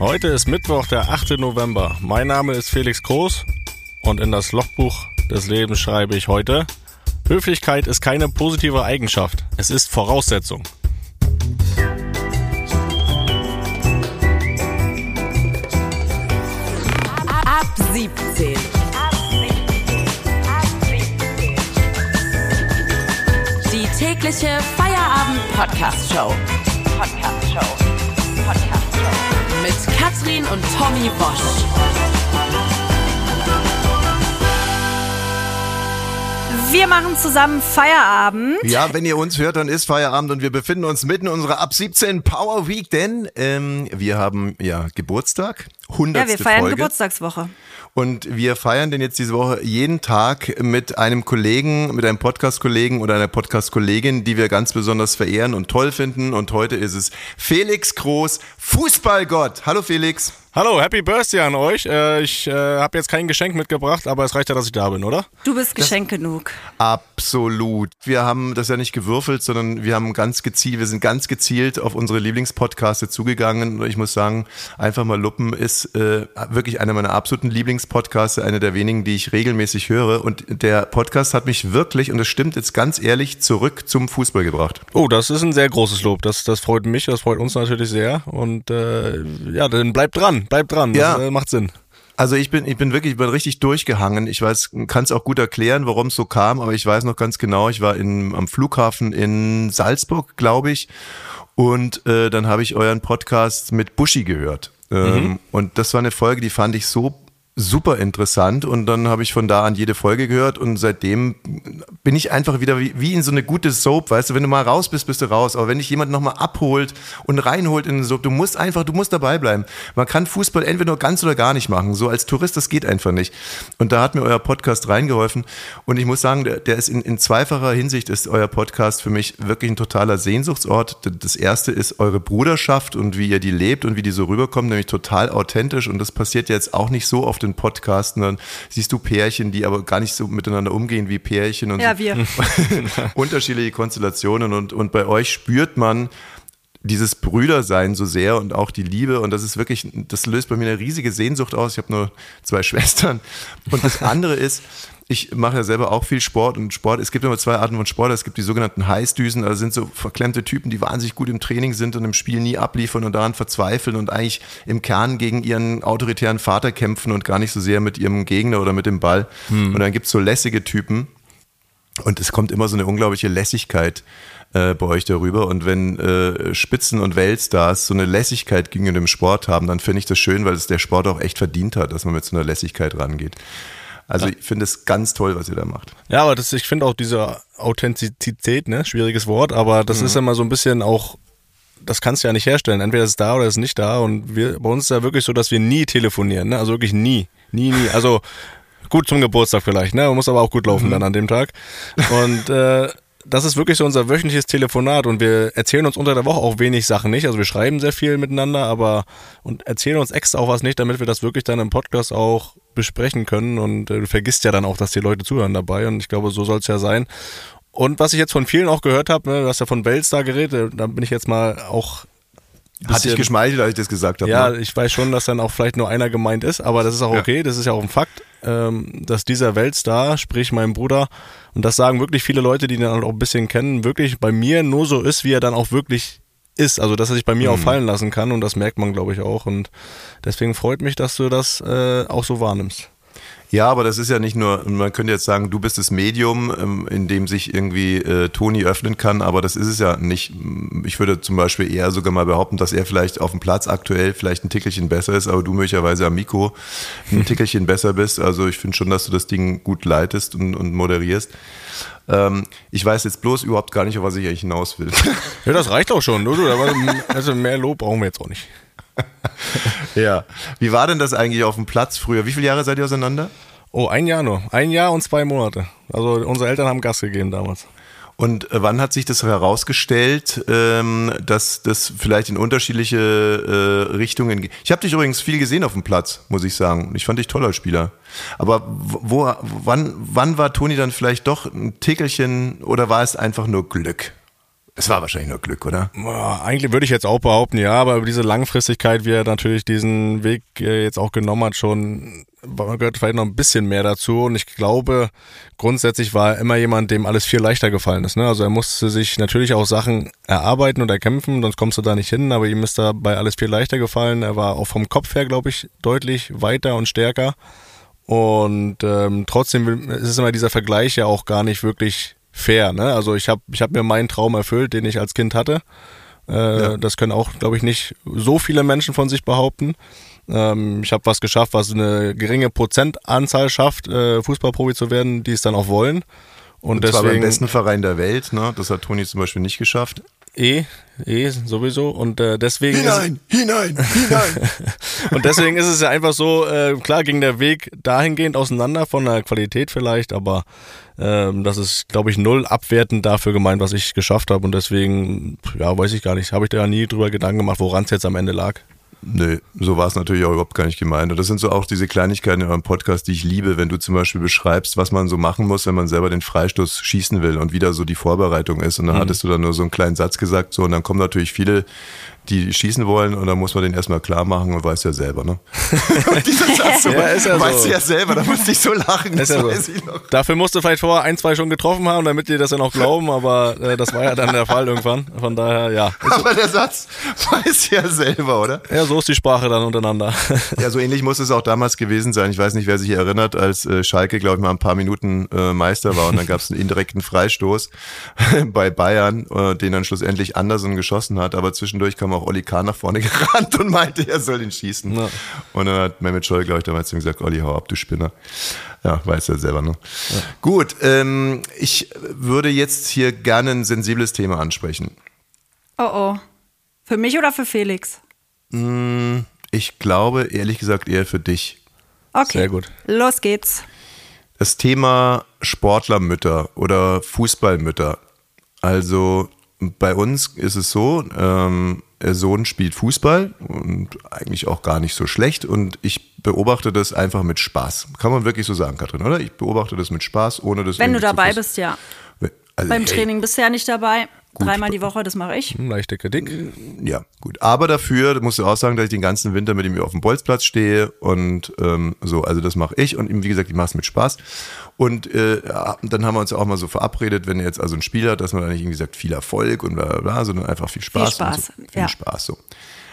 Heute ist Mittwoch, der 8. November. Mein Name ist Felix Groß und in das Logbuch des Lebens schreibe ich heute: Höflichkeit ist keine positive Eigenschaft, es ist Voraussetzung. Ab 17. Die tägliche Feierabend-Podcast-Show. Mit Katrin und Tommy Bosch. Wir machen zusammen Feierabend. Ja, wenn ihr uns hört, dann ist Feierabend und wir befinden uns mitten in unserer Ab 17 Power Week, denn wir haben ja Geburtstag, 100. Ja, wir feiern Folge. Geburtstagswoche. Und wir feiern denn jetzt diese Woche jeden Tag mit einem Kollegen, mit einem Podcast-Kollegen oder einer Podcast-Kollegin, die wir ganz besonders verehren und toll finden. Und heute ist es Felix Groß, Fußballgott. Hallo Felix. Hallo, Happy Birthday an euch. Ich habe jetzt kein Geschenk mitgebracht, aber es reicht ja, dass ich da bin, oder? Du bist Geschenk genug. Absolut. Wir haben das ja nicht gewürfelt, sondern wir sind ganz gezielt auf unsere Lieblingspodcasts zugegangen. Und ich muss sagen, Einfach mal Luppen ist wirklich einer meiner absoluten Lieblingspodcasts, einer der wenigen, die ich regelmäßig höre. Und der Podcast hat mich wirklich, und das stimmt jetzt ganz ehrlich, zurück zum Fußball gebracht. Oh, das ist ein sehr großes Lob. Das freut mich, das freut uns natürlich sehr. Und ja, dann bleibt dran. Ja. Das macht Sinn. Also ich bin richtig durchgehangen. Ich kann es auch gut erklären, warum es so kam, aber ich weiß noch ganz genau, ich war am Flughafen in Salzburg, glaube ich, und dann habe ich euren Podcast mit Buschi gehört. Und das war eine Folge, die fand ich so super interessant und dann habe ich von da an jede Folge gehört und seitdem bin ich einfach wieder wie in so eine gute Soap, weißt du, wenn du mal raus bist, bist du raus, aber wenn dich jemand nochmal abholt und reinholt in eine Soap, du musst dabei bleiben. Man kann Fußball entweder nur ganz oder gar nicht machen, so als Tourist, das geht einfach nicht. Und da hat mir euer Podcast reingeholfen und ich muss sagen, der ist in zweifacher Hinsicht ist euer Podcast für mich wirklich ein totaler Sehnsuchtsort. Das erste ist eure Bruderschaft und wie ihr die lebt und wie die so rüberkommt, nämlich total authentisch und das passiert jetzt auch nicht so oft in Podcasten, dann siehst du Pärchen, die aber gar nicht so miteinander umgehen wie Pärchen und ja, so. wir. Unterschiedliche Konstellationen und bei euch spürt man dieses Brüdersein so sehr und auch die Liebe und das ist wirklich, das löst bei mir eine riesige Sehnsucht aus. Ich habe nur 2 Schwestern und das andere ist, ich mache ja selber auch viel Sport und es gibt immer 2 Arten von Sport. Es gibt die sogenannten Heißdüsen, also sind so verklemmte Typen, die wahnsinnig gut im Training sind und im Spiel nie abliefern und daran verzweifeln und eigentlich im Kern gegen ihren autoritären Vater kämpfen und gar nicht so sehr mit ihrem Gegner oder mit dem Ball. Und dann gibt es so lässige Typen und es kommt immer so eine unglaubliche Lässigkeit bei euch darüber und wenn Spitzen- und Weltstars so eine Lässigkeit gegenüber dem Sport haben, dann finde ich das schön, weil es der Sport auch echt verdient hat, dass man mit so einer Lässigkeit rangeht. Also ich finde es ganz toll, was ihr da macht. Ja, aber ich finde auch diese Authentizität, ne, schwieriges Wort, aber das ist immer so ein bisschen auch, das kannst du ja nicht herstellen. Entweder ist es da oder ist es nicht da und bei uns ist ja wirklich so, dass wir nie telefonieren, ne, also wirklich nie. Also gut zum Geburtstag vielleicht, ne, man muss aber auch gut laufen dann an dem Tag und das ist wirklich so unser wöchentliches Telefonat und wir erzählen uns unter der Woche auch wenig Sachen nicht, also wir schreiben sehr viel miteinander, und erzählen uns extra auch was nicht, damit wir das wirklich dann im Podcast auch besprechen können und du vergisst ja dann auch, dass die Leute zuhören dabei und ich glaube, so soll es ja sein. Und was ich jetzt von vielen auch gehört habe, ne, du hast ja von Weltstar geredet, da bin ich jetzt mal auch Hat dich geschmeichelt, als ich das gesagt habe? Ja, ne? Ich weiß schon, dass dann auch vielleicht nur einer gemeint ist, aber das ist auch okay, das ist ja auch ein Fakt, dass dieser Weltstar, sprich mein Bruder, und das sagen wirklich viele Leute, die ihn dann auch ein bisschen kennen, wirklich bei mir nur so ist, wie er dann auch wirklich ist, also dass er sich bei mir auch fallen lassen kann und das merkt man, glaube ich, auch und deswegen freut mich, dass du das auch so wahrnimmst. Ja, aber das ist ja nicht nur, man könnte jetzt sagen, du bist das Medium, in dem sich irgendwie Toni öffnen kann, aber das ist es ja nicht. Ich würde zum Beispiel eher sogar mal behaupten, dass er vielleicht auf dem Platz aktuell vielleicht ein Tickelchen besser ist, aber du möglicherweise am Mikro ein Tickelchen besser bist. Also ich finde schon, dass du das Ding gut leitest und moderierst. Ich weiß jetzt bloß überhaupt gar nicht, auf was ich eigentlich hinaus will. Ja, das reicht auch schon. Also mehr Lob brauchen wir jetzt auch nicht. Ja. Wie war denn das eigentlich auf dem Platz früher? Wie viele Jahre seid ihr auseinander? Oh, 1 Jahr nur. 1 Jahr und 2 Monate. Also unsere Eltern haben Gas gegeben damals. Und wann hat sich das herausgestellt, dass das vielleicht in unterschiedliche Richtungen geht? Ich habe dich übrigens viel gesehen auf dem Platz, muss ich sagen. Ich fand dich toll als Spieler. Aber wann war Toni dann vielleicht doch ein Tickelchen oder war es einfach nur Glück? Es war wahrscheinlich nur Glück, oder? Eigentlich würde ich jetzt auch behaupten, ja, aber über diese Langfristigkeit, wie er natürlich diesen Weg jetzt auch genommen hat, schon gehört vielleicht noch ein bisschen mehr dazu. Und ich glaube, grundsätzlich war er immer jemand, dem alles viel leichter gefallen ist. Ne? Also er musste sich natürlich auch Sachen erarbeiten und erkämpfen, sonst kommst du da nicht hin, aber ihm ist dabei alles viel leichter gefallen. Er war auch vom Kopf her, glaube ich, deutlich weiter und stärker. Und trotzdem ist es immer dieser Vergleich ja auch gar nicht wirklich fair, ne? Also ich hab mir meinen Traum erfüllt, den ich als Kind hatte. Das können auch, glaube ich, nicht so viele Menschen von sich behaupten. Ich habe was geschafft, was eine geringe Prozentanzahl schafft, Fußballprofi zu werden, die es dann auch wollen. Und zwar beim deswegen besten Verein der Welt, ne? Das hat Toni zum Beispiel nicht geschafft. Sowieso. Und deswegen Hinein! Und deswegen ist es ja einfach so, klar ging der Weg dahingehend auseinander von der Qualität vielleicht, aber das ist, glaube ich, null abwertend dafür gemeint, was ich geschafft habe. Und deswegen, ja, weiß ich gar nicht, habe ich da ja nie drüber Gedanken gemacht, woran es jetzt am Ende lag. Nee, so war es natürlich auch überhaupt gar nicht gemeint. Und das sind so auch diese Kleinigkeiten in eurem Podcast, die ich liebe, wenn du zum Beispiel beschreibst, was man so machen muss, wenn man selber den Freistoß schießen will und wieder so die Vorbereitung ist. Und dann hattest du dann nur so einen kleinen Satz gesagt, so, und dann kommen natürlich viele, die schießen wollen, und dann muss man den erstmal klar machen und weiß ja selber, ne? Und dieser Satz, so, ja, ist ja weißt so. du ja selber, da musste ich so lachen, das Ja weiß so. ich noch. Dafür musst du vielleicht vorher 1, 2 schon getroffen haben, damit die das dann auch glauben, aber das war ja dann der Fall irgendwann. Von daher, ja. Aber der Satz weiß ja selber, oder? Ja, so ist die Sprache dann untereinander. Ja, so ähnlich muss es auch damals gewesen sein. Ich weiß nicht, wer sich erinnert, als Schalke, glaube ich, mal ein paar Minuten Meister war und dann gab es einen indirekten Freistoß bei Bayern, den dann schlussendlich Andersen geschossen hat, aber zwischendurch kam auch Oli Kahn nach vorne gerannt und meinte, er soll ihn schießen. Ja. Und dann hat Mehmet Scholl, glaube ich, damals zu ihm gesagt, Olli, hau ab, du Spinner. Ja, weiß er selber, ne? Ja. Gut, ich würde jetzt hier gerne ein sensibles Thema ansprechen. Oh. Für mich oder für Felix? Ich glaube, ehrlich gesagt, eher für dich. Okay, sehr gut. Los geht's. Das Thema Sportlermütter oder Fußballmütter. Also bei uns ist es so, der Sohn spielt Fußball und eigentlich auch gar nicht so schlecht und ich beobachte das einfach mit Spaß. Kann man wirklich so sagen, Katrin, oder? Ich beobachte das mit Spaß, ohne das Wenn du dabei bist, ja. Also, beim Training bist du ja nicht dabei. Gut. 3-mal die Woche, das mache ich. Leichte Kritik. Ja, gut. Aber dafür musst du auch sagen, dass ich den ganzen Winter mit ihm auf dem Bolzplatz stehe und so, also das mache ich und wie gesagt, ich mache es mit Spaß. Und dann haben wir uns auch mal so verabredet, wenn er jetzt also ein Spiel hat, dass man dann nicht irgendwie sagt, viel Erfolg und bla bla bla, sondern einfach viel Spaß. Viel Spaß, und so. Viel Spaß, so.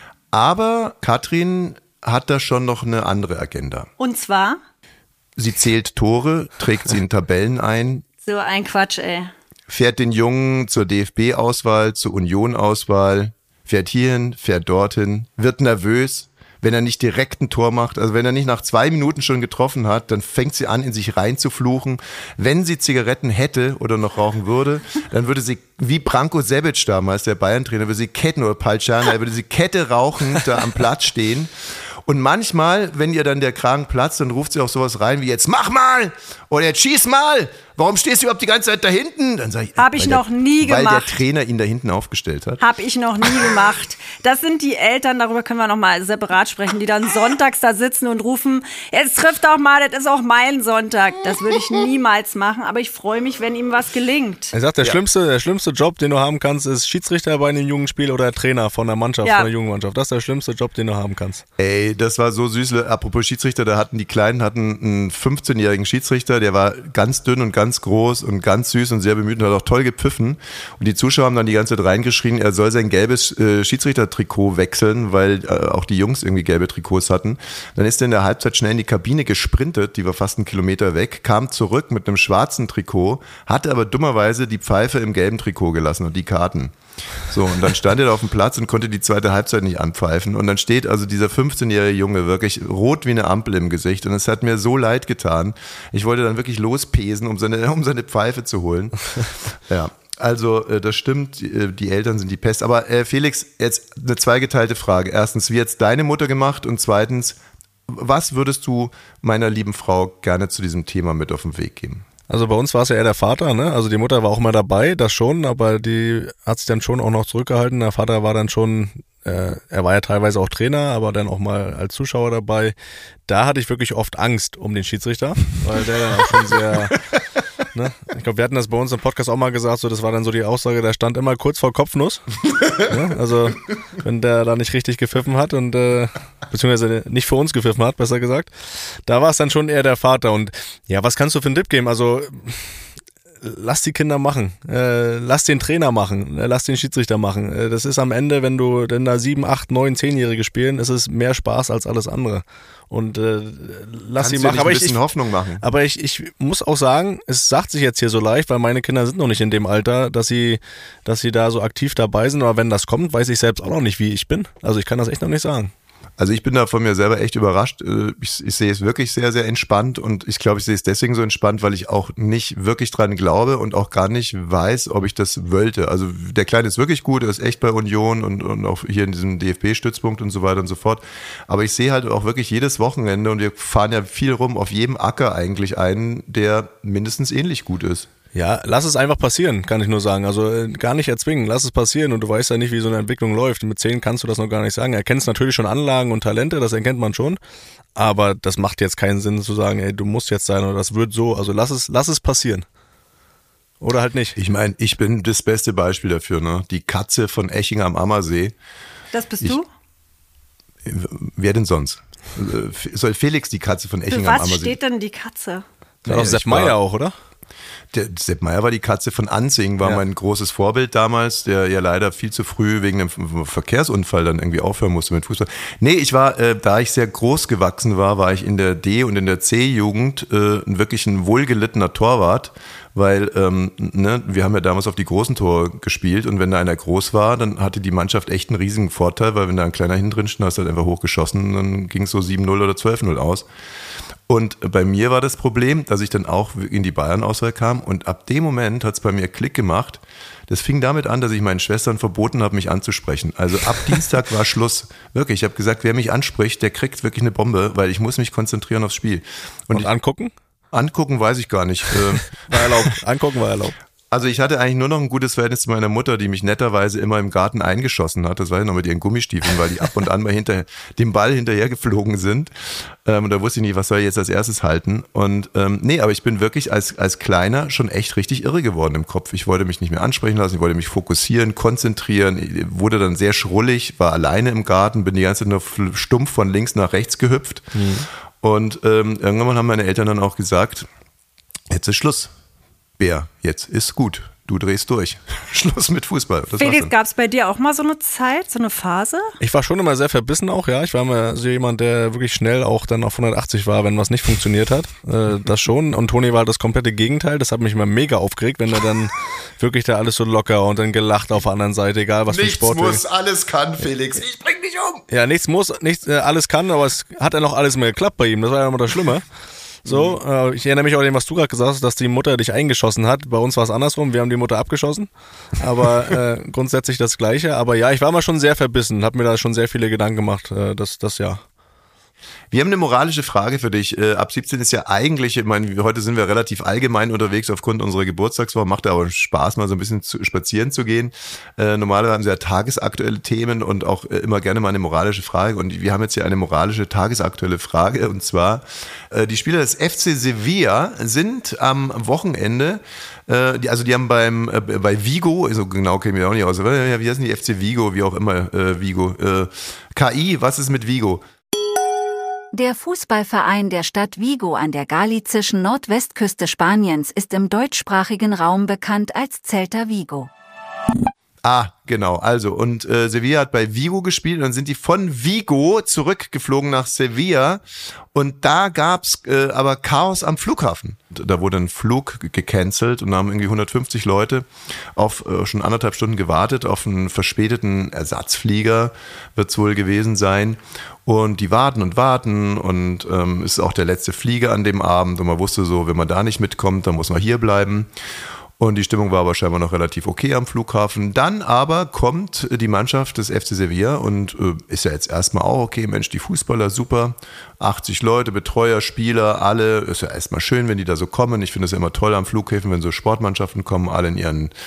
Aber Katrin hat da schon noch eine andere Agenda. Und zwar? Sie zählt Tore, trägt sie in Tabellen ein. So ein Quatsch, ey. Fährt den Jungen zur DFB-Auswahl, zur Union-Auswahl, fährt hierhin, fährt dorthin, wird nervös, wenn er nicht direkt ein Tor macht. Also wenn er nicht nach 2 Minuten schon getroffen hat, dann fängt sie an, in sich reinzufluchen. Wenn sie Zigaretten hätte oder noch rauchen würde, dann würde sie, wie Branko Sebic damals, der Bayern-Trainer, würde sie Ketten oder Palciana, würde sie Kette rauchend da am Platz stehen. Und manchmal, wenn ihr dann der Kragen platzt, dann ruft sie auch sowas rein wie jetzt mach mal oder jetzt schieß mal. Warum stehst du überhaupt die ganze Zeit da hinten? Dann sage ich, Hab ich noch nie gemacht. Weil der Trainer ihn da hinten aufgestellt hat. Hab ich noch nie gemacht. Das sind die Eltern, darüber können wir noch mal separat sprechen, die dann sonntags da sitzen und rufen, jetzt trifft auch mal, das ist auch mein Sonntag. Das würde ich niemals machen, aber ich freue mich, wenn ihm was gelingt. Er sagt, der schlimmste Job, den du haben kannst, ist Schiedsrichter bei einem jungen Spiel oder Trainer von der Mannschaft, von der jungen Mannschaft. Das ist der schlimmste Job, den du haben kannst. Ey, das war so süß. Apropos Schiedsrichter, die Kleinen hatten einen 15-jährigen Schiedsrichter, der war ganz dünn und ganz groß und ganz süß und sehr bemüht und hat auch toll gepfiffen. Und die Zuschauer haben dann die ganze Zeit reingeschrien, er soll sein gelbes Schiedsrichtertrikot wechseln, weil auch die Jungs irgendwie gelbe Trikots hatten. Dann ist er in der Halbzeit schnell in die Kabine gesprintet, die war fast 1 Kilometer weg, kam zurück mit einem schwarzen Trikot, hatte aber dummerweise die Pfeife im gelben Trikot gelassen und die Karten. So, und dann stand er da auf dem Platz und konnte die zweite Halbzeit nicht anpfeifen. Und dann steht also dieser 15-jährige Junge wirklich rot wie eine Ampel im Gesicht. Und es hat mir so leid getan. Ich wollte dann wirklich lospesen, um seine Pfeife zu holen. Ja, also das stimmt, die Eltern sind die Pest. Aber Felix, jetzt eine zweigeteilte Frage. Erstens, wie hat's deine Mutter gemacht? Und zweitens, was würdest du meiner lieben Frau gerne zu diesem Thema mit auf den Weg geben? Also bei uns war es ja eher der Vater, ne? Also die Mutter war auch mal dabei, das schon, aber die hat sich dann schon auch noch zurückgehalten. Der Vater war dann schon, er war ja teilweise auch Trainer, aber dann auch mal als Zuschauer dabei. Da hatte ich wirklich oft Angst um den Schiedsrichter, weil der dann auch schon sehr Ne? Ich glaube, wir hatten das bei uns im Podcast auch mal gesagt, so das war dann so die Aussage, der stand immer kurz vor Kopfnuss. Ne? Also wenn der da nicht richtig gepfiffen hat und beziehungsweise nicht für uns gepfiffen hat, besser gesagt, da war es dann schon eher der Vater. Und ja, was kannst du für einen Tipp geben? Also lass die Kinder machen, lass den Trainer machen, lass den Schiedsrichter machen. Das ist am Ende, wenn du denn da 7, 8, 9, 10-Jährige spielen, ist es mehr Spaß als alles andere. Und lass sie machen. Aber ein bisschen Hoffnung machen. Aber ich muss auch sagen, es sagt sich jetzt hier so leicht, weil meine Kinder sind noch nicht in dem Alter, dass sie da so aktiv dabei sind. Aber wenn das kommt, weiß ich selbst auch noch nicht, wie ich bin. Also ich kann das echt noch nicht sagen. Also ich bin da von mir selber echt überrascht. Ich sehe es wirklich sehr, sehr entspannt und ich glaube, ich sehe es deswegen so entspannt, weil ich auch nicht wirklich dran glaube und auch gar nicht weiß, ob ich das wollte. Also der Kleine ist wirklich gut, er ist echt bei Union und auch hier in diesem DFB-Stützpunkt und so weiter und so fort. Aber ich sehe halt auch wirklich jedes Wochenende und wir fahren ja viel rum, auf jedem Acker eigentlich einen, der mindestens ähnlich gut ist. Ja, lass es einfach passieren, kann ich nur sagen. Also gar nicht erzwingen, lass es passieren und du weißt ja nicht, wie so eine Entwicklung läuft. Mit 10 kannst du das noch gar nicht sagen. Er kennt natürlich schon Anlagen und Talente, das erkennt man schon. Aber das macht jetzt keinen Sinn zu sagen, ey, du musst jetzt sein oder das wird so. Also lass es passieren. Oder halt nicht. Ich meine, ich bin das beste Beispiel dafür, ne? Die Katze von Eching am Ammersee. Das bist du? Wer denn sonst? Soll Felix die Katze von Eching am Ammersee? Was steht denn die Katze? War doch Sepp Meier auch, oder? Der Sepp Meier war die Katze von Anzing, war mein großes Vorbild damals, der ja leider viel zu früh wegen einem Verkehrsunfall dann irgendwie aufhören musste mit Fußball. Nee, ich war, da ich sehr groß gewachsen war ich in der D- und in der C-Jugend wirklich ein wohlgelittener Torwart, weil wir haben ja damals auf die großen Tore gespielt und wenn da einer groß war, dann hatte die Mannschaft echt einen riesigen Vorteil, weil wenn da ein kleiner hinten drin stand, hast du halt einfach hochgeschossen und dann ging es so 7-0 oder 12-0 aus. Und bei mir war das Problem, dass ich dann auch in die Bayern-Auswahl kam und ab dem Moment hat es bei mir Klick gemacht. Das fing damit an, dass ich meinen Schwestern verboten habe, mich anzusprechen. Also ab Dienstag war Schluss. Wirklich, ich habe gesagt, wer mich anspricht, der kriegt wirklich eine Bombe, weil ich muss mich konzentrieren aufs Spiel. Und angucken? Angucken weiß ich gar nicht. War erlaubt. Angucken war erlaubt. Also ich hatte eigentlich nur noch ein gutes Verhältnis zu meiner Mutter, die mich netterweise immer im Garten eingeschossen hat. Das war ja noch mit ihren Gummistiefeln, weil die ab und an mal hinter dem Ball hinterher geflogen sind. Und da wusste ich nicht, was soll ich jetzt als erstes halten. Und aber ich bin wirklich als Kleiner schon echt richtig irre geworden im Kopf. Ich wollte mich nicht mehr ansprechen lassen, ich wollte mich fokussieren, konzentrieren. Ich wurde dann sehr schrullig, war alleine im Garten, bin die ganze Zeit nur stumpf von links nach rechts gehüpft. Mhm. Und irgendwann haben meine Eltern dann auch gesagt, jetzt ist Schluss. Bär, jetzt ist gut. Du drehst durch. Schluss mit Fußball. Das Felix, gab es bei dir auch mal so eine Zeit, so eine Phase? Ich war schon immer sehr verbissen auch, ja. Ich war immer so jemand, der wirklich schnell auch dann auf 180 war, wenn was nicht funktioniert hat. Das schon. Und Toni war das komplette Gegenteil. Das hat mich immer mega aufgeregt, wenn er dann wirklich da alles so locker und dann gelacht auf der anderen Seite, egal was für Sport. Nichts muss, alles kann, Felix. Ich bring dich um. Ja, nichts muss, alles kann, aber es hat ja noch alles mehr geklappt bei ihm. Das war ja immer das Schlimme. So, ich erinnere mich auch an dem, was du gerade gesagt hast, dass die Mutter dich eingeschossen hat. Bei uns war es andersrum, wir haben die Mutter abgeschossen, aber grundsätzlich das Gleiche. Aber ja, ich war mal schon sehr verbissen, habe mir da schon sehr viele Gedanken gemacht, das ja. Wir haben eine moralische Frage für dich. Ab 17 ist ja eigentlich, ich meine, heute sind wir relativ allgemein unterwegs aufgrund unserer Geburtstagswoche, macht aber Spaß, mal so ein bisschen spazieren zu gehen. Normalerweise haben sie ja tagesaktuelle Themen und auch immer gerne mal eine moralische Frage. Und wir haben jetzt hier eine moralische tagesaktuelle Frage und zwar, die Spieler des FC Sevilla sind am Wochenende, die haben bei Vigo, so genau käme ich auch nicht aus, wie heißen die FC Vigo, wie auch immer, Vigo, KI, was ist mit Vigo? Der Fußballverein der Stadt Vigo an der galizischen Nordwestküste Spaniens ist im deutschsprachigen Raum bekannt als Celta Vigo. Ah, genau. Also, und Sevilla hat bei Vigo gespielt und dann sind die von Vigo zurückgeflogen nach Sevilla und da gab's aber Chaos am Flughafen. Da wurde ein Flug gecancelt und da haben irgendwie 150 Leute auf schon 1,5 Stunden gewartet auf einen verspäteten Ersatzflieger, wird's wohl gewesen sein. Und die warten und es ist auch der letzte Flieger an dem Abend und man wusste so, wenn man da nicht mitkommt, dann muss man hier bleiben. Und die Stimmung war aber scheinbar noch relativ okay am Flughafen. Dann aber kommt die Mannschaft des FC Sevilla und ist ja jetzt erstmal auch okay, Mensch, die Fußballer, super, 80 Leute, Betreuer, Spieler, alle, ist ja erstmal schön, wenn die da so kommen. Ich finde es ja immer toll am Flughäfen, wenn so Sportmannschaften kommen, alle in ihren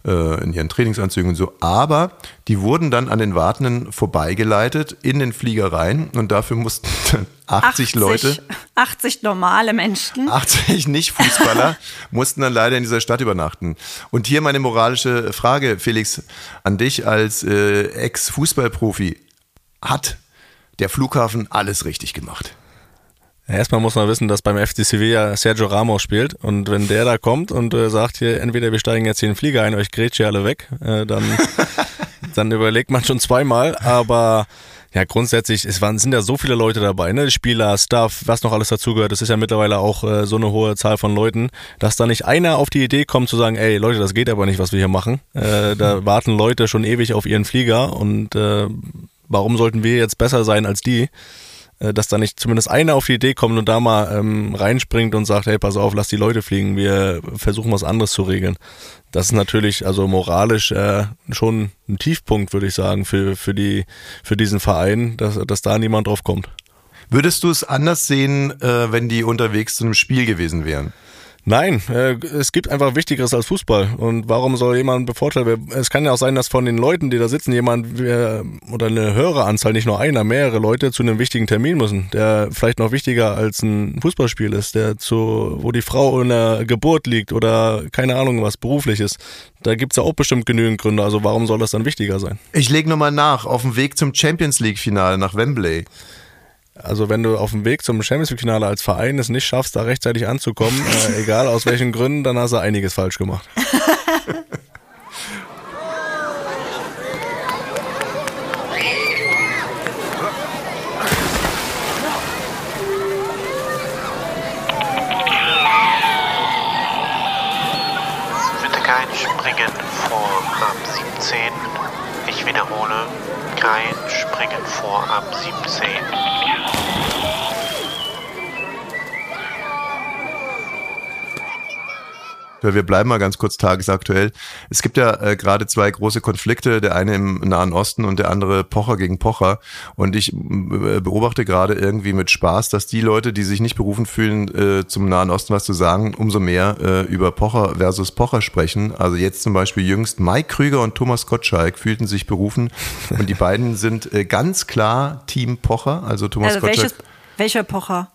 in ihren Trainingsanzügen und so. Aber die wurden dann an den Wartenden vorbeigeleitet in den Flieger rein und dafür mussten 80 Leute, 80 normale Menschen, 80 Nicht-Fußballer, mussten dann leider in dieser Stadt übernachten. Und hier meine moralische Frage, Felix, an dich als Ex-Fußballprofi. Hat der Flughafen alles richtig gemacht? Ja, erstmal muss man wissen, dass beim FC Sevilla Sergio Ramos spielt und wenn der da kommt und sagt hier, entweder wir steigen jetzt hier in den Flieger ein, euch grätscht ihr alle weg, dann überlegt man schon zweimal, aber ja, grundsätzlich, sind ja so viele Leute dabei, ne? Spieler, Staff, was noch alles dazugehört, das ist ja mittlerweile auch so eine hohe Zahl von Leuten, dass da nicht einer auf die Idee kommt zu sagen, ey Leute, das geht aber nicht, was wir hier machen, da warten Leute schon ewig auf ihren Flieger und warum sollten wir jetzt besser sein als die? Dass da nicht zumindest einer auf die Idee kommt und da mal reinspringt und sagt, hey, pass auf, lass die Leute fliegen, wir versuchen was anderes zu regeln. Das ist natürlich also moralisch schon ein Tiefpunkt, würde ich sagen, für diesen Verein, dass da niemand drauf kommt. Würdest du es anders sehen, wenn die unterwegs zu einem Spiel gewesen wären? Nein, es gibt einfach Wichtigeres als Fußball. Und warum soll jemand bevorteilt werden? Es kann ja auch sein, dass von den Leuten, die da sitzen, jemand oder eine höhere Anzahl, nicht nur einer, mehrere Leute zu einem wichtigen Termin müssen, der vielleicht noch wichtiger als ein Fußballspiel ist, wo die Frau in der Geburt liegt oder keine Ahnung was Berufliches. Da gibt's ja auch bestimmt genügend Gründe. Also warum soll das dann wichtiger sein? Ich lege nochmal nach, auf dem Weg zum Champions-League-Finale nach Wembley. Also wenn du auf dem Weg zum Champions-League-Finale als Verein es nicht schaffst, da rechtzeitig anzukommen, egal aus welchen Gründen, dann hast du einiges falsch gemacht. Bitte kein Springen vor ab 17. Ich wiederhole, kein Springen vor ab 17. Wir bleiben mal ganz kurz tagesaktuell. Es gibt ja gerade zwei große Konflikte, der eine im Nahen Osten und der andere Pocher gegen Pocher. Und ich beobachte gerade irgendwie mit Spaß, dass die Leute, die sich nicht berufen fühlen, zum Nahen Osten was zu sagen, umso mehr über Pocher versus Pocher sprechen. Also jetzt zum Beispiel jüngst Mike Krüger und Thomas Gottschalk fühlten sich berufen und die beiden sind ganz klar Team Pocher. Also Thomas Gottschalk. Welcher Pocher?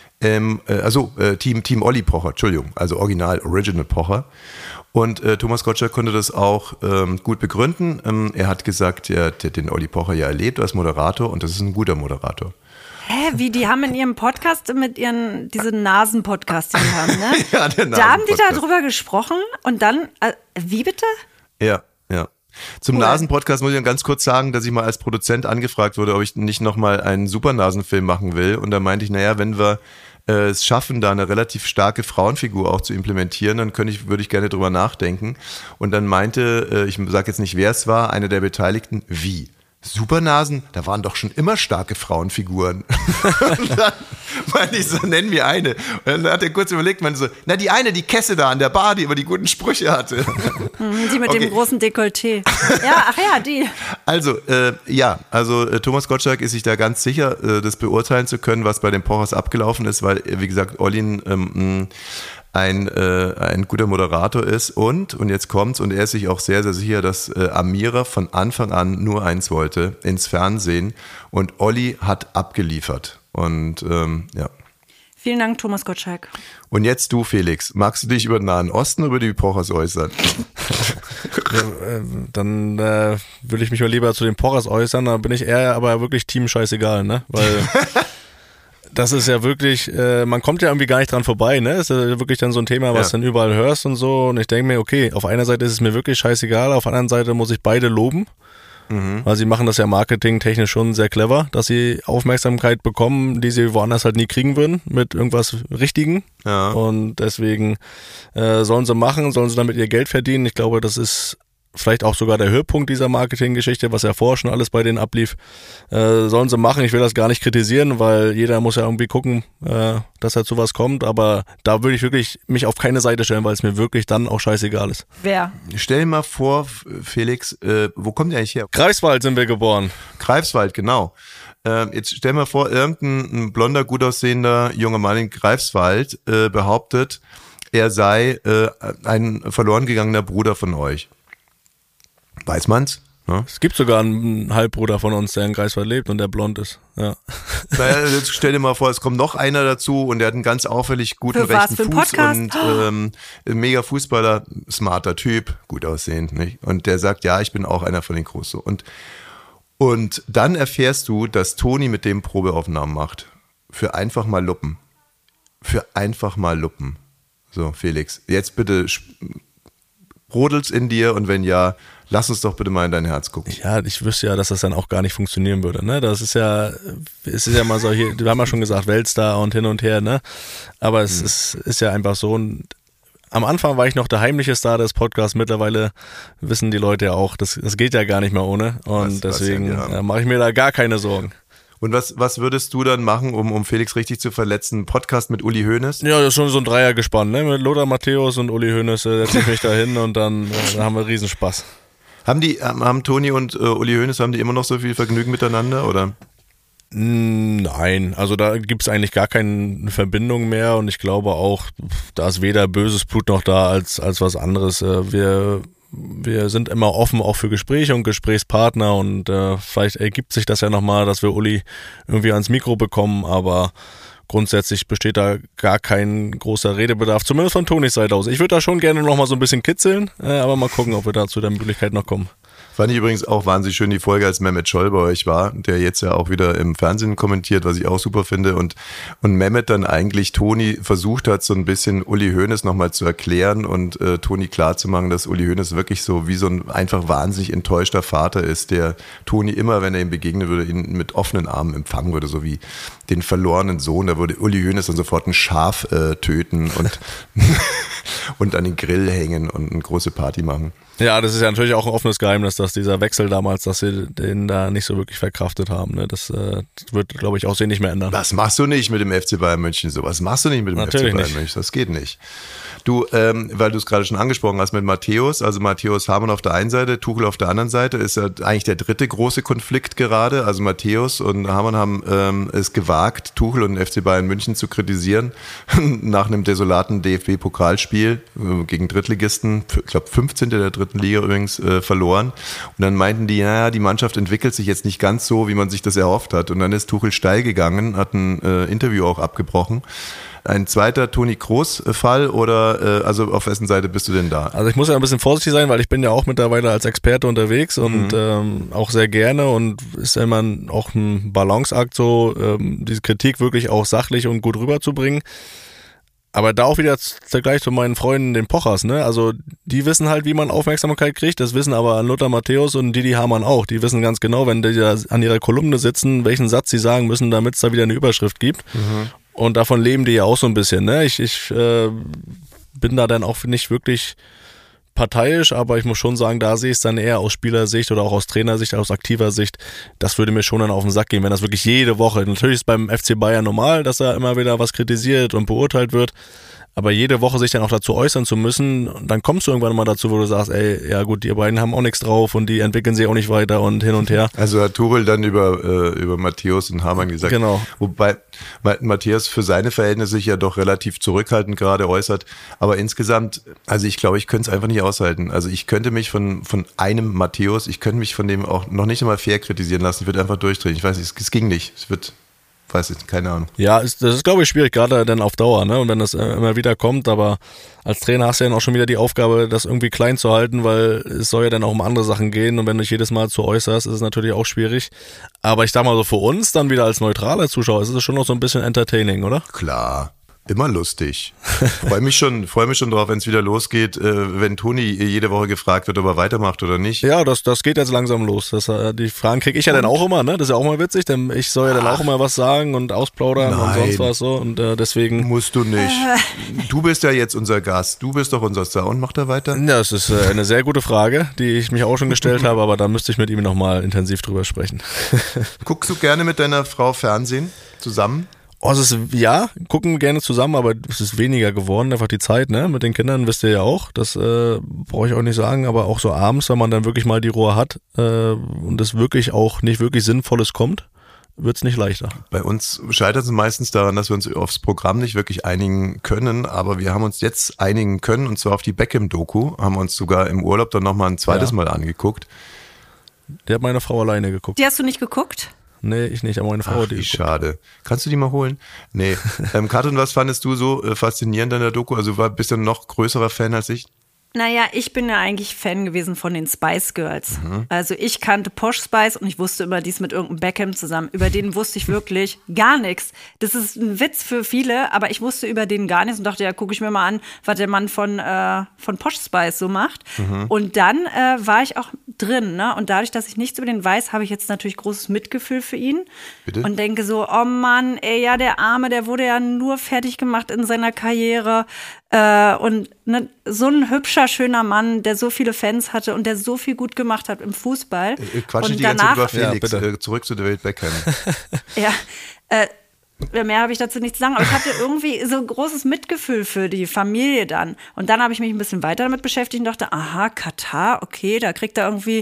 Team Olli Pocher, Entschuldigung, also Original Pocher. Und Thomas Gottschalk konnte das auch gut begründen. Er hat gesagt, er hat den Olli Pocher ja erlebt als Moderator und das ist ein guter Moderator. Hä, wie, die haben in ihrem Podcast diesen Nasen-Podcast, den die haben, ne? Ja, der Nasen-Podcast. Da haben die darüber gesprochen und dann, wie bitte? Ja. Zum Nasen-Podcast muss ich ganz kurz sagen, dass ich mal als Produzent angefragt wurde, ob ich nicht nochmal einen Super-Nasen-Film machen will. Und da meinte ich, wenn wir es schaffen, da eine relativ starke Frauenfigur auch zu implementieren, dann würde ich gerne drüber nachdenken. Und dann meinte, ich sage jetzt nicht, wer es war, eine der Beteiligten, wie? Supernasen, da waren doch schon immer starke Frauenfiguren. Und dann meinte ich so, nenn mir eine. Und dann hat er kurz überlegt, meinte so, die eine, die Kesse da an der Bar, die immer die guten Sprüche hatte. Die mit dem großen Dekolleté. Ja, die. Also, Thomas Gottschalk ist sich da ganz sicher, das beurteilen zu können, was bei den Pochers abgelaufen ist, weil, wie gesagt, Ollin ein guter Moderator ist und jetzt kommt's, und er ist sich auch sehr, sehr sicher, dass Amira von Anfang an nur eins wollte, ins Fernsehen, und Olli hat abgeliefert und ja. Vielen Dank, Thomas Gottschalk. Und jetzt du, Felix, magst du dich über den Nahen Osten oder über die Pochers äußern? Dann würde ich mich mal lieber zu den Pochers äußern, da bin ich eher aber wirklich Team scheißegal, ne, weil das ist ja wirklich, man kommt ja irgendwie gar nicht dran vorbei, ne? Das ist ja wirklich dann so ein Thema, was dann überall hörst und so. Und ich denke mir, okay, auf einer Seite ist es mir wirklich scheißegal, auf der anderen Seite muss ich beide loben. Weil sie machen das ja marketingtechnisch schon sehr clever, dass sie Aufmerksamkeit bekommen, die sie woanders halt nie kriegen würden, mit irgendwas Richtigen. Ja. Und deswegen sollen sie damit ihr Geld verdienen. Ich glaube, das ist vielleicht auch sogar der Höhepunkt dieser Marketinggeschichte, was ja vorher schon alles bei denen ablief, sollen sie machen. Ich will das gar nicht kritisieren, weil jeder muss ja irgendwie gucken, dass er zu was kommt, aber da würde ich wirklich mich auf keine Seite stellen, weil es mir wirklich dann auch scheißegal ist. Wer? Stell dir mal vor, Felix, wo kommt ihr eigentlich her? Greifswald sind wir geboren. Greifswald, genau. Jetzt stell dir mal vor, irgendein blonder, gut aussehender junger Mann in Greifswald behauptet, er sei ein verloren gegangener Bruder von euch. weiß man's. Ne? Es gibt sogar einen Halbbruder von uns, der in Greifswald lebt und der blond ist. Ja. Naja, jetzt stell dir mal vor, es kommt noch einer dazu und der hat einen ganz auffällig guten Für was? rechten Für einen Fuß Podcast? und mega Fußballer, smarter Typ, gut aussehend, nicht? Und der sagt, ja, ich bin auch einer von den Groß so. Und dann erfährst du, dass Toni mit dem Probeaufnahmen macht. Für einfach mal Luppen. Für einfach mal Luppen. So, Felix, jetzt bitte brodelt's in dir und wenn ja, lass uns doch bitte mal in dein Herz gucken. Ja, ich wüsste ja, dass das dann auch gar nicht funktionieren würde, ne? Das ist ja, es ist ja mal so hier, wir haben ja schon gesagt, Weltstar und hin und her, ne? Aber es ist ja einfach so, und am Anfang war ich noch der heimliche Star des Podcasts, mittlerweile wissen die Leute ja auch, das geht ja gar nicht mehr ohne und deswegen mache ich mir da gar keine Sorgen. Und was würdest du dann machen, um Felix richtig zu verletzen? Podcast mit Uli Hoeneß? Ja, das ist schon so ein Dreiergespann, ne? Mit Lothar Matthäus und Uli Hoeneß setze ich mich da hin und dann haben wir Riesenspaß. Haben Toni und Uli Hoeneß, haben die immer noch so viel Vergnügen miteinander, oder? Nein, also da gibt's eigentlich gar keine Verbindung mehr und ich glaube auch, da ist weder böses Blut noch da als was anderes. Wir sind immer offen auch für Gespräche und Gesprächspartner und vielleicht ergibt sich das ja nochmal, dass wir Uli irgendwie ans Mikro bekommen, aber grundsätzlich besteht da gar kein großer Redebedarf, zumindest von Tonis Seite aus. Ich würde da schon gerne nochmal so ein bisschen kitzeln, aber mal gucken, ob wir da zu der Möglichkeit noch kommen. Fand ich übrigens auch wahnsinnig schön die Folge, als Mehmet Scholl bei euch war, der jetzt ja auch wieder im Fernsehen kommentiert, was ich auch super finde. Und Mehmet dann eigentlich Toni versucht hat, so ein bisschen Uli Hoeneß nochmal zu erklären und Toni klarzumachen, dass Uli Hoeneß wirklich so wie so ein einfach wahnsinnig enttäuschter Vater ist, der Toni immer, wenn er ihm begegnen würde, ihn mit offenen Armen empfangen würde, so wie den verlorenen Sohn. Da würde Uli Hoeneß dann sofort ein Schaf töten und an den Grill hängen und eine große Party machen. Ja, das ist ja natürlich auch ein offenes Geheimnis, dass dieser Wechsel damals, dass sie den da nicht so wirklich verkraftet haben. Ne? Das wird, glaube ich, auch sie nicht mehr ändern. Das machst du nicht mit dem FC Bayern München so. Was machst du nicht mit dem Natürlich FC Bayern nicht. München? Das geht nicht. Du, weil du es gerade schon angesprochen hast mit Matthäus, also Matthäus Hamann auf der einen Seite, Tuchel auf der anderen Seite, ist ja eigentlich der dritte große Konflikt gerade. Also Matthäus und Hamann haben es gewagt, Tuchel und den FC Bayern München zu kritisieren nach einem desolaten DFB-Pokalspiel gegen Drittligisten, ich glaube 15. der dritten Liga übrigens, verloren. Und dann meinten die, naja, die Mannschaft entwickelt sich jetzt nicht ganz so, wie man sich das erhofft hat. Und dann ist Tuchel steil gegangen, hat ein Interview auch abgebrochen. Ein zweiter Toni Kroos-Fall oder also auf wessen Seite bist du denn da? Also ich muss ja ein bisschen vorsichtig sein, weil ich bin ja auch mittlerweile als Experte unterwegs und auch sehr gerne und ist ja immer auch ein Balanceakt so, diese Kritik wirklich auch sachlich und gut rüberzubringen. Aber da auch wieder gleich zu meinen Freunden, den Pochers, ne? Also die wissen halt, wie man Aufmerksamkeit kriegt, das wissen aber Lothar Matthäus und Didi Hamann auch. Die wissen ganz genau, wenn die da an ihrer Kolumne sitzen, welchen Satz sie sagen müssen, damit es da wieder eine Überschrift gibt. Und davon leben die ja auch so ein bisschen, ne? Ich bin da dann auch nicht wirklich parteiisch, aber ich muss schon sagen, da sehe ich es dann eher aus Spielersicht oder auch aus Trainersicht, aus aktiver Sicht. Das würde mir schon dann auf den Sack gehen, wenn das wirklich jede Woche, natürlich ist beim FC Bayern normal, dass da immer wieder was kritisiert und beurteilt wird, aber jede Woche sich dann auch dazu äußern zu müssen, dann kommst du irgendwann mal dazu, wo du sagst, ey, ja gut, die beiden haben auch nichts drauf und die entwickeln sich auch nicht weiter und hin und her. Also hat Tuchel dann über Matthäus und Hamann gesagt. Genau. Wobei Matthäus für seine Verhältnisse sich ja doch relativ zurückhaltend gerade äußert. Aber insgesamt, also ich glaube, ich könnte es einfach nicht aushalten. Also ich könnte mich von einem Matthäus, ich könnte mich von dem auch noch nicht einmal fair kritisieren lassen. Ich würde einfach durchdrehen. Ich weiß nicht, es ging nicht. Weiß ich, keine Ahnung. Ja, das ist, glaube ich, schwierig, gerade dann auf Dauer, ne? Und wenn das immer wieder kommt, aber als Trainer hast du ja dann auch schon wieder die Aufgabe, das irgendwie klein zu halten, weil es soll ja dann auch um andere Sachen gehen und wenn du dich jedes Mal zu äußerst, ist es natürlich auch schwierig. Aber ich sag mal so, für uns dann wieder als neutraler Zuschauer ist es schon noch so ein bisschen entertaining, oder? Klar. Immer lustig. Freue mich schon drauf, wenn es wieder losgeht, wenn Toni jede Woche gefragt wird, ob er weitermacht oder nicht. Ja, das geht jetzt langsam los. Die Fragen kriege ich ja dann auch immer, ne? Das ist ja auch mal witzig, denn ich soll ja dann auch immer was sagen und ausplaudern und sonst was so und deswegen. Musst du nicht. Du bist ja jetzt unser Gast. Du bist doch unser Star und macht er weiter? Ja, das ist eine sehr gute Frage, die ich mich auch schon gestellt habe, aber da müsste ich mit ihm nochmal intensiv drüber sprechen. Guckst du gerne mit deiner Frau Fernsehen zusammen? Oh, gucken gerne zusammen, aber es ist weniger geworden, einfach die Zeit, ne? Mit den Kindern wisst ihr ja auch, das brauche ich auch nicht sagen, aber auch so abends, wenn man dann wirklich mal die Ruhe hat und es wirklich auch nicht wirklich Sinnvolles kommt, wird's nicht leichter. Bei uns scheitert es meistens daran, dass wir uns aufs Programm nicht wirklich einigen können, aber wir haben uns jetzt einigen können, und zwar auf die Beckham-Doku, haben wir uns sogar im Urlaub dann nochmal ein zweites Mal angeguckt. Die hat meine Frau alleine geguckt. Die hast du nicht geguckt? Nee, ich nicht, aber meine Frau Ach, wie schade. Kannst du die mal holen? Nee. Katrin, was fandest du so faszinierend an der Doku? Also bist du ein noch größerer Fan als ich? Naja, ich bin ja eigentlich Fan gewesen von den Spice Girls. Also ich kannte Posh Spice und ich wusste über dies mit irgendeinem Beckham zusammen. Über den wusste ich wirklich gar nichts. Das ist ein Witz für viele, aber ich wusste über den gar nichts und dachte, ja, gucke ich mir mal an, was der Mann von Posh Spice so macht. Und dann war ich auch drin, ne? Und dadurch, dass ich nichts über den weiß, habe ich jetzt natürlich großes Mitgefühl für ihn. Bitte? Und denke so, oh Mann, ey, ja, der Arme, der wurde ja nur fertig gemacht in seiner Karriere. Und ne, so ein hübscher, schöner Mann, der so viele Fans hatte und der so viel gut gemacht hat im Fußball. Quatsch und nicht die ganze Zeit über Felix. Ja, zurück zu David Beckham. Ja, mehr habe ich dazu nicht zu sagen, aber ich hatte irgendwie so großes Mitgefühl für die Familie dann. Und dann habe ich mich ein bisschen weiter damit beschäftigt und dachte, aha, Katar, okay, da kriegt er irgendwie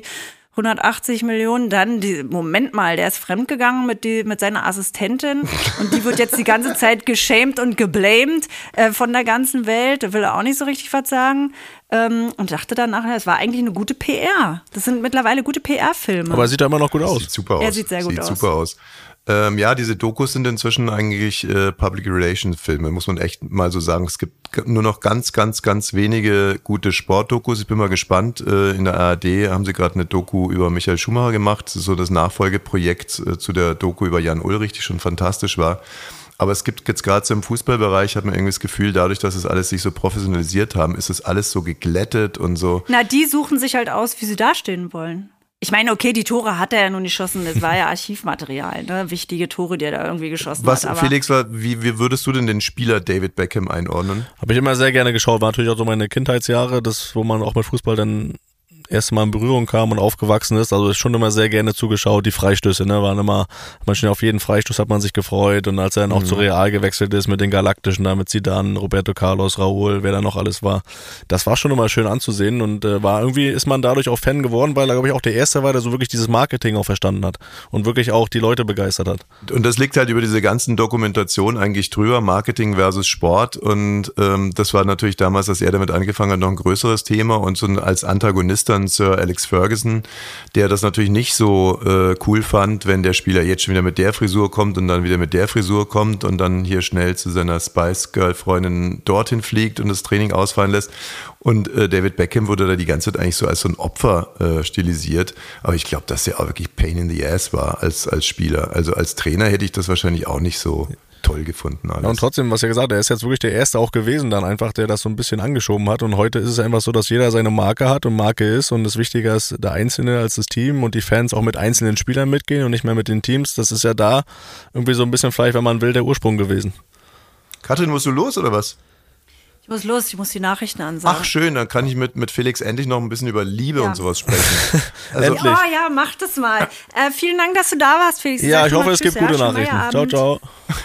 180 Millionen, dann, Moment mal, der ist fremdgegangen mit seiner Assistentin und die wird jetzt die ganze Zeit geschämt und geblamed von der ganzen Welt, da will er auch nicht so richtig was sagen und dachte danach, es war eigentlich eine gute PR. Das sind mittlerweile gute PR-Filme. Aber er sieht ja immer noch gut aus. Sieht super aus. Er sieht sehr gut aus. Super aus. Ja, diese Dokus sind inzwischen eigentlich Public Relations Filme, muss man echt mal so sagen. Es gibt nur noch ganz, ganz, ganz wenige gute Sportdokus. Ich bin mal gespannt. In der ARD haben sie gerade eine Doku über Michael Schumacher gemacht. Das ist so das Nachfolgeprojekt zu der Doku über Jan Ullrich, die schon fantastisch war. Aber es gibt jetzt gerade so im Fußballbereich, hat man irgendwie das Gefühl, dadurch, dass es alles sich so professionalisiert haben, ist es alles so geglättet und so. Na, die suchen sich halt aus, wie sie dastehen wollen. Ich meine, okay, die Tore hat er ja nun nicht geschossen, das war ja Archivmaterial, ne? Wichtige Tore, die er da irgendwie geschossen hat. Aber Felix, wie würdest du denn den Spieler David Beckham einordnen? Habe ich immer sehr gerne geschaut, war natürlich auch so meine Kindheitsjahre, das, wo man auch mit Fußball dann erste Mal in Berührung kam und aufgewachsen ist, also ist schon immer sehr gerne zugeschaut, die Freistöße, ne, waren immer, manchmal auf jeden Freistoß hat man sich gefreut und als er dann auch zu Real gewechselt ist mit den Galaktischen, da mit Zidane, Roberto Carlos, Raúl, wer da noch alles war, das war schon immer schön anzusehen und war irgendwie, ist man dadurch auch Fan geworden, weil er, glaube ich, auch der Erste war, der so wirklich dieses Marketing auch verstanden hat und wirklich auch die Leute begeistert hat. Und das liegt halt über diese ganzen Dokumentationen eigentlich drüber, Marketing versus Sport und das war natürlich damals, als er damit angefangen hat, noch ein größeres Thema und so als Antagonist dann Sir Alex Ferguson, der das natürlich nicht so cool fand, wenn der Spieler jetzt schon wieder mit der Frisur kommt und dann wieder mit der Frisur kommt und dann hier schnell zu seiner Spice Girl Freundin dorthin fliegt und das Training ausfallen lässt. Und David Beckham wurde da die ganze Zeit eigentlich so als so ein Opfer stilisiert. Aber ich glaube, dass er auch wirklich Pain in the Ass war als Spieler. Also als Trainer hätte ich das wahrscheinlich auch nicht so toll gefunden. Alles. Ja, und trotzdem, was er gesagt hat, er ist jetzt wirklich der Erste auch gewesen dann einfach, der das so ein bisschen angeschoben hat und heute ist es einfach so, dass jeder seine Marke hat und Marke ist und das Wichtiger ist der Einzelne als das Team und die Fans auch mit einzelnen Spielern mitgehen und nicht mehr mit den Teams. Das ist ja da irgendwie so ein bisschen vielleicht, wenn man will, der Ursprung gewesen. Katrin, musst du los oder was? ich muss los, ich muss die Nachrichten ansagen. Ach schön, dann kann ich mit Felix endlich noch ein bisschen über Liebe und sowas sprechen. Also, Oh ja, mach das mal. Vielen Dank, dass du da warst, Felix. ja, ich hoffe, es gibt gute Nachrichten. Ciao, ciao.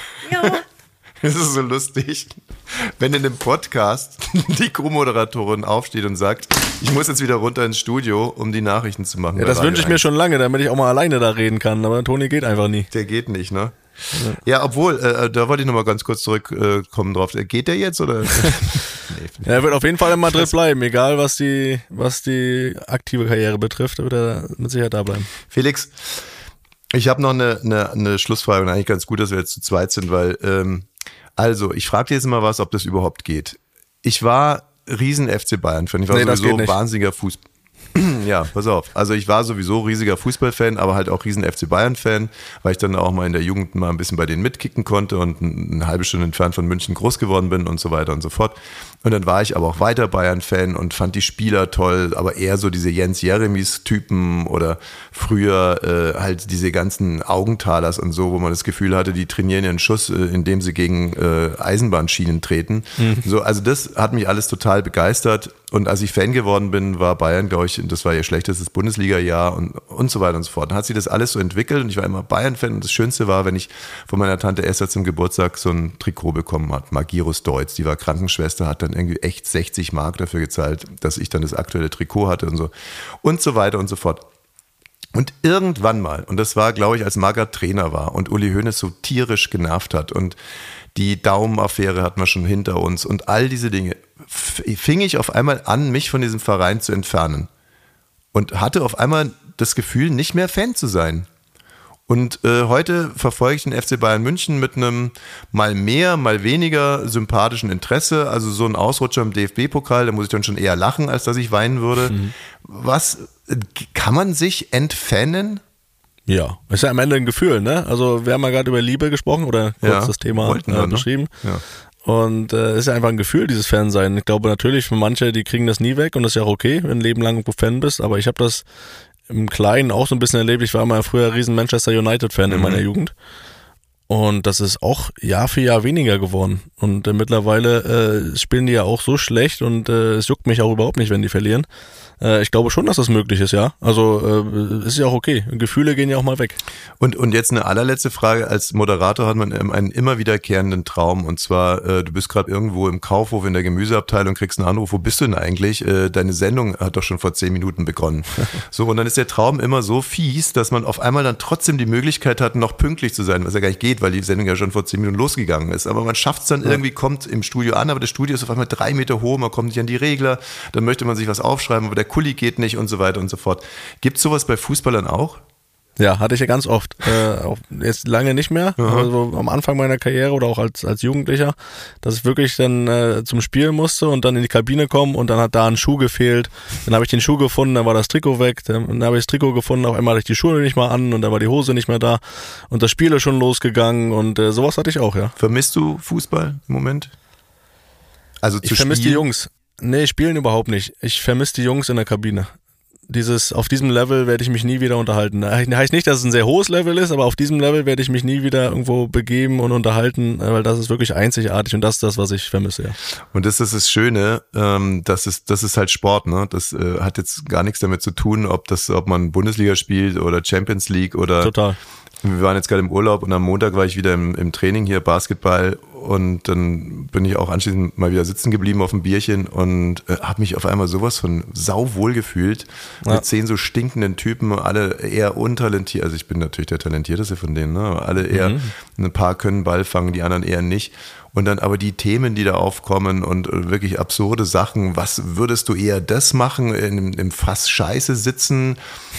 Es ist so lustig, wenn in dem Podcast die Co-Moderatorin aufsteht und sagt, ich muss jetzt wieder runter ins Studio, um die Nachrichten zu machen. Ja, das wünsche ich mir schon lange, damit ich auch mal alleine da reden kann, aber Toni geht einfach nie. Der geht nicht, ne? Ja, obwohl, da wollte ich nochmal ganz kurz zurückkommen drauf. Geht der jetzt oder? Nee, er wird auf jeden Fall in Madrid bleiben, egal was die aktive Karriere betrifft, wird er mit Sicherheit da bleiben. Felix, ich habe noch eine Schlussfrage und eigentlich ganz gut, dass wir jetzt zu zweit sind, weil also, ich frage dir jetzt mal was, ob das überhaupt geht. Ich war riesen FC Bayern-Fan. Ich war sowieso wahnsinniger Fußball. Ja, pass auf. Also ich war sowieso riesiger Fußballfan, aber halt auch riesen FC Bayern-Fan, weil ich dann auch mal in der Jugend mal ein bisschen bei denen mitkicken konnte und eine halbe Stunde entfernt von München groß geworden bin und so weiter und so fort. Und dann war ich aber auch weiter Bayern-Fan und fand die Spieler toll, aber eher so diese Jens Jeremies-Typen oder früher halt diese ganzen Augentalers und so, wo man das Gefühl hatte, die trainieren ihren Schuss, indem sie gegen Eisenbahnschienen treten. So, also das hat mich alles total begeistert. Und als ich Fan geworden bin, war Bayern, glaube ich, das war ihr schlechtestes Bundesliga-Jahr und so weiter und so fort. Dann hat sich das alles so entwickelt und ich war immer Bayern-Fan und das Schönste war, wenn ich von meiner Tante Esther zum Geburtstag so ein Trikot bekommen hat, Magirus Deutz, die war Krankenschwester, hat dann irgendwie echt 60 Mark dafür gezahlt, dass ich dann das aktuelle Trikot hatte und so weiter und so fort. Und irgendwann mal, und das war, glaube ich, als Magath Trainer war und Uli Hoeneß so tierisch genervt hat und die Daumen-Affäre hatten wir schon hinter uns und all diese Dinge, fing ich auf einmal an, mich von diesem Verein zu entfernen und hatte auf einmal das Gefühl, nicht mehr Fan zu sein. Und heute verfolge ich den FC Bayern München mit einem mal mehr, mal weniger sympathischen Interesse. Also so ein Ausrutscher im DFB-Pokal, da muss ich dann schon eher lachen, als dass ich weinen würde. Kann man sich entfanen? Ja, ist ja am Ende ein Gefühl, ne? Also wir haben ja gerade über Liebe gesprochen oder kurz das Thema beschrieben. Ja. Und ist ja einfach ein Gefühl, dieses Fansein. Ich glaube natürlich für manche, die kriegen das nie weg und das ist ja auch okay, wenn du ein Leben lang Fan bist. Aber ich habe das im Kleinen auch so ein bisschen erlebt. Ich war mal früher riesen Manchester United-Fan in meiner Jugend. Und das ist auch Jahr für Jahr weniger geworden. Und mittlerweile spielen die ja auch so schlecht und es juckt mich auch überhaupt nicht, wenn die verlieren. Ich glaube schon, dass das möglich ist, ja. Also ist ja auch okay. Gefühle gehen ja auch mal weg. Und jetzt eine allerletzte Frage. Als Moderator hat man einen immer wiederkehrenden Traum. Und zwar, du bist gerade irgendwo im Kaufhof in der Gemüseabteilung, kriegst einen Anruf. Wo bist du denn eigentlich? Deine Sendung hat doch schon vor 10 Minuten begonnen. So, und dann ist der Traum immer so fies, dass man auf einmal dann trotzdem die Möglichkeit hat, noch pünktlich zu sein, was ja gar nicht geht, weil die Sendung ja schon vor 10 Minuten losgegangen ist. Aber man schafft es dann irgendwie, kommt im Studio an, aber das Studio ist auf einmal 3 Meter hoch, man kommt nicht an die Regler, dann möchte man sich was aufschreiben, aber der Kuli geht nicht und so weiter und so fort. Gibt es sowas bei Fußballern auch? Ja, hatte ich ja ganz oft. Auch jetzt lange nicht mehr, also am Anfang meiner Karriere oder auch als Jugendlicher, dass ich wirklich dann zum Spielen musste und dann in die Kabine kommen und dann hat da ein Schuh gefehlt. Dann habe ich den Schuh gefunden, dann war das Trikot weg, dann habe ich das Trikot gefunden, auf einmal hatte ich die Schuhe nicht mal an und dann war die Hose nicht mehr da und das Spiel ist schon losgegangen und sowas hatte ich auch, ja. Vermisst du Fußball im Moment? Also ich vermisse die Jungs. Nee, spielen überhaupt nicht. Ich vermisse die Jungs in der Kabine. Auf diesem Level werde ich mich nie wieder unterhalten. Heißt nicht, dass es ein sehr hohes Level ist, aber auf diesem Level werde ich mich nie wieder irgendwo begeben und unterhalten, weil das ist wirklich einzigartig und das ist das, was ich vermisse. Ja. Und das ist das Schöne, das ist halt Sport, ne? Das hat jetzt gar nichts damit zu tun, ob man Bundesliga spielt oder Champions League oder. Total. Wir waren jetzt gerade im Urlaub und am Montag war ich wieder im Training hier, Basketball, und dann bin ich auch anschließend mal wieder sitzen geblieben auf dem Bierchen und habe mich auf einmal sowas von sauwohl gefühlt, mit 10 so stinkenden Typen, alle eher untalentiert, also ich bin natürlich der Talentierteste von denen, ne? Alle eher, ein paar können Ball fangen, die anderen eher nicht. Und dann aber die Themen, die da aufkommen und wirklich absurde Sachen. Was würdest du eher das machen, im Fass Scheiße sitzen,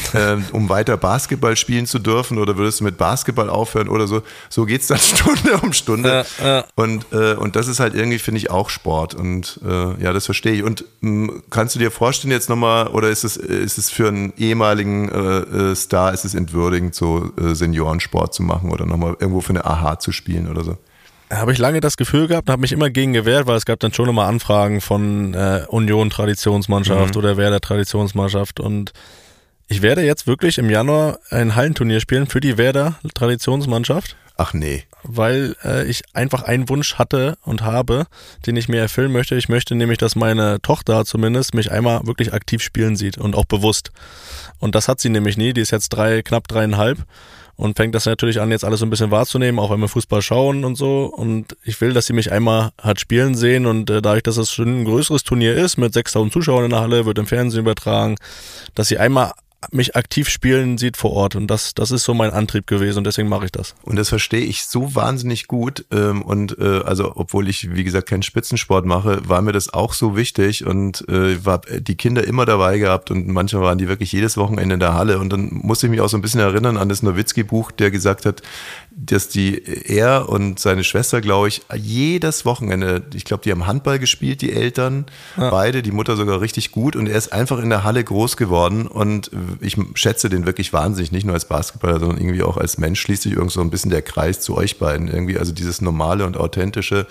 um weiter Basketball spielen zu dürfen, oder würdest du mit Basketball aufhören oder so? So geht's dann Stunde um Stunde. Ja. Und das ist halt irgendwie, finde ich, auch Sport. Und ja, das verstehe ich. Und kannst du dir vorstellen jetzt nochmal, oder ist es für einen ehemaligen Star, ist es entwürdigend, so Seniorensport zu machen oder nochmal irgendwo für eine AHA zu spielen oder so? Habe ich lange das Gefühl gehabt und habe mich immer gegen gewehrt, weil es gab dann schon immer Anfragen von Union Traditionsmannschaft oder Werder Traditionsmannschaft, und ich werde jetzt wirklich im Januar ein Hallenturnier spielen für die Werder Traditionsmannschaft. Ach nee. Weil ich einfach einen Wunsch hatte und habe, den ich mir erfüllen möchte. Ich möchte nämlich, dass meine Tochter zumindest mich einmal wirklich aktiv spielen sieht und auch bewusst. Und das hat sie nämlich nie. Die ist jetzt knapp 3,5. Und fängt das natürlich an, jetzt alles so ein bisschen wahrzunehmen, auch wenn wir Fußball schauen und so. Und ich will, dass sie mich einmal hat spielen sehen. Und dadurch, dass es schon ein größeres Turnier ist, mit 6.000 Zuschauern in der Halle, wird im Fernsehen übertragen, dass sie einmal mich aktiv spielen sieht vor Ort. Und das ist so mein Antrieb gewesen und deswegen mache ich das. Und das verstehe ich so wahnsinnig gut. Also obwohl ich, wie gesagt, keinen Spitzensport mache, war mir das auch so wichtig und war die Kinder immer dabei gehabt und manchmal waren die wirklich jedes Wochenende in der Halle. Und dann musste ich mich auch so ein bisschen erinnern an das Nowitzki-Buch, der gesagt hat, dass er und seine Schwester, glaube ich, jedes Wochenende, ich glaube, die haben Handball gespielt, die Eltern, beide, die Mutter sogar richtig gut, und er ist einfach in der Halle groß geworden und ich schätze den wirklich wahnsinnig, nicht nur als Basketballer, sondern irgendwie auch als Mensch. Schließt sich irgend so ein bisschen der Kreis zu euch beiden irgendwie, also dieses Normale und Authentische,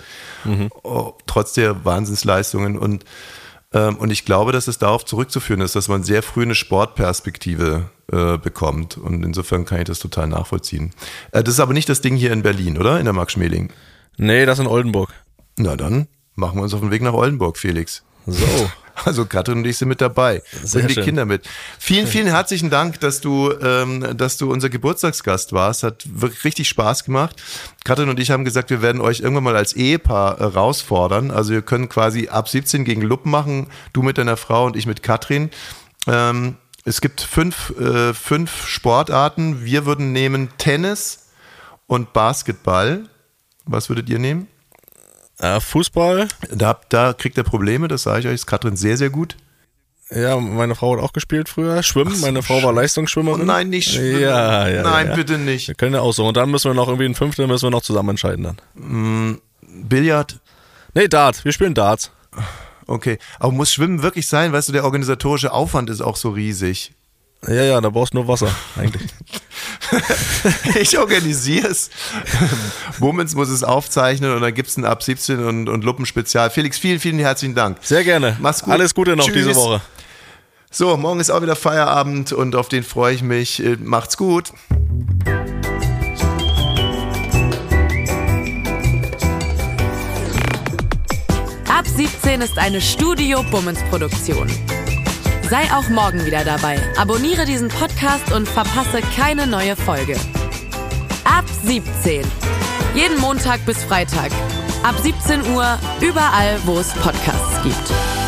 trotz der Wahnsinnsleistungen, und ich glaube, dass es darauf zurückzuführen ist, dass man sehr früh eine Sportperspektive bekommt, und insofern kann ich das total nachvollziehen. Das ist aber nicht das Ding hier in Berlin, oder? In der Max-Schmeling? Nee, das in Oldenburg. Na dann machen wir uns auf den Weg nach Oldenburg, Felix. So. Also Katrin und ich sind mit dabei. Bring die Kinder mit. Vielen, vielen herzlichen Dank, dass du unser Geburtstagsgast warst. Hat wirklich richtig Spaß gemacht. Katrin und ich haben gesagt, wir werden euch irgendwann mal als Ehepaar herausfordern. Also wir können quasi ab 17 gegen Luppen machen. Du mit deiner Frau und ich mit Katrin. Es gibt fünf Sportarten. Wir würden nehmen Tennis und Basketball. Was würdet ihr nehmen? Fußball. Da kriegt er Probleme, das sage ich euch. Ist Katrin sehr, sehr gut. Ja, meine Frau hat auch gespielt früher. Schwimmen. Meine Frau war Leistungsschwimmerin. Oh nein, nicht schwimmen. Ja, nein, bitte nicht. Wir können ja auch so. Und dann müssen wir noch irgendwie einen 5. müssen wir noch zusammen entscheiden dann. Billard? Nee, Dart. Wir spielen Darts. Okay. Aber muss Schwimmen wirklich sein? Weißt du, der organisatorische Aufwand ist auch so riesig. Ja, da brauchst du nur Wasser, eigentlich. Ich organisiere es. Bummens muss es aufzeichnen und dann gibt es ein Ab 17 und Luppenspezial. Felix, vielen, vielen herzlichen Dank. Sehr gerne. Mach's gut. Alles Gute noch diese Woche. So, morgen ist auch wieder Feierabend und auf den freue ich mich. Macht's gut. Ab 17 ist eine Studio Bummens Produktion. Sei auch morgen wieder dabei. Abonniere diesen Podcast und verpasse keine neue Folge. Ab 17. Jeden Montag bis Freitag. Ab 17 Uhr, überall, wo es Podcasts gibt.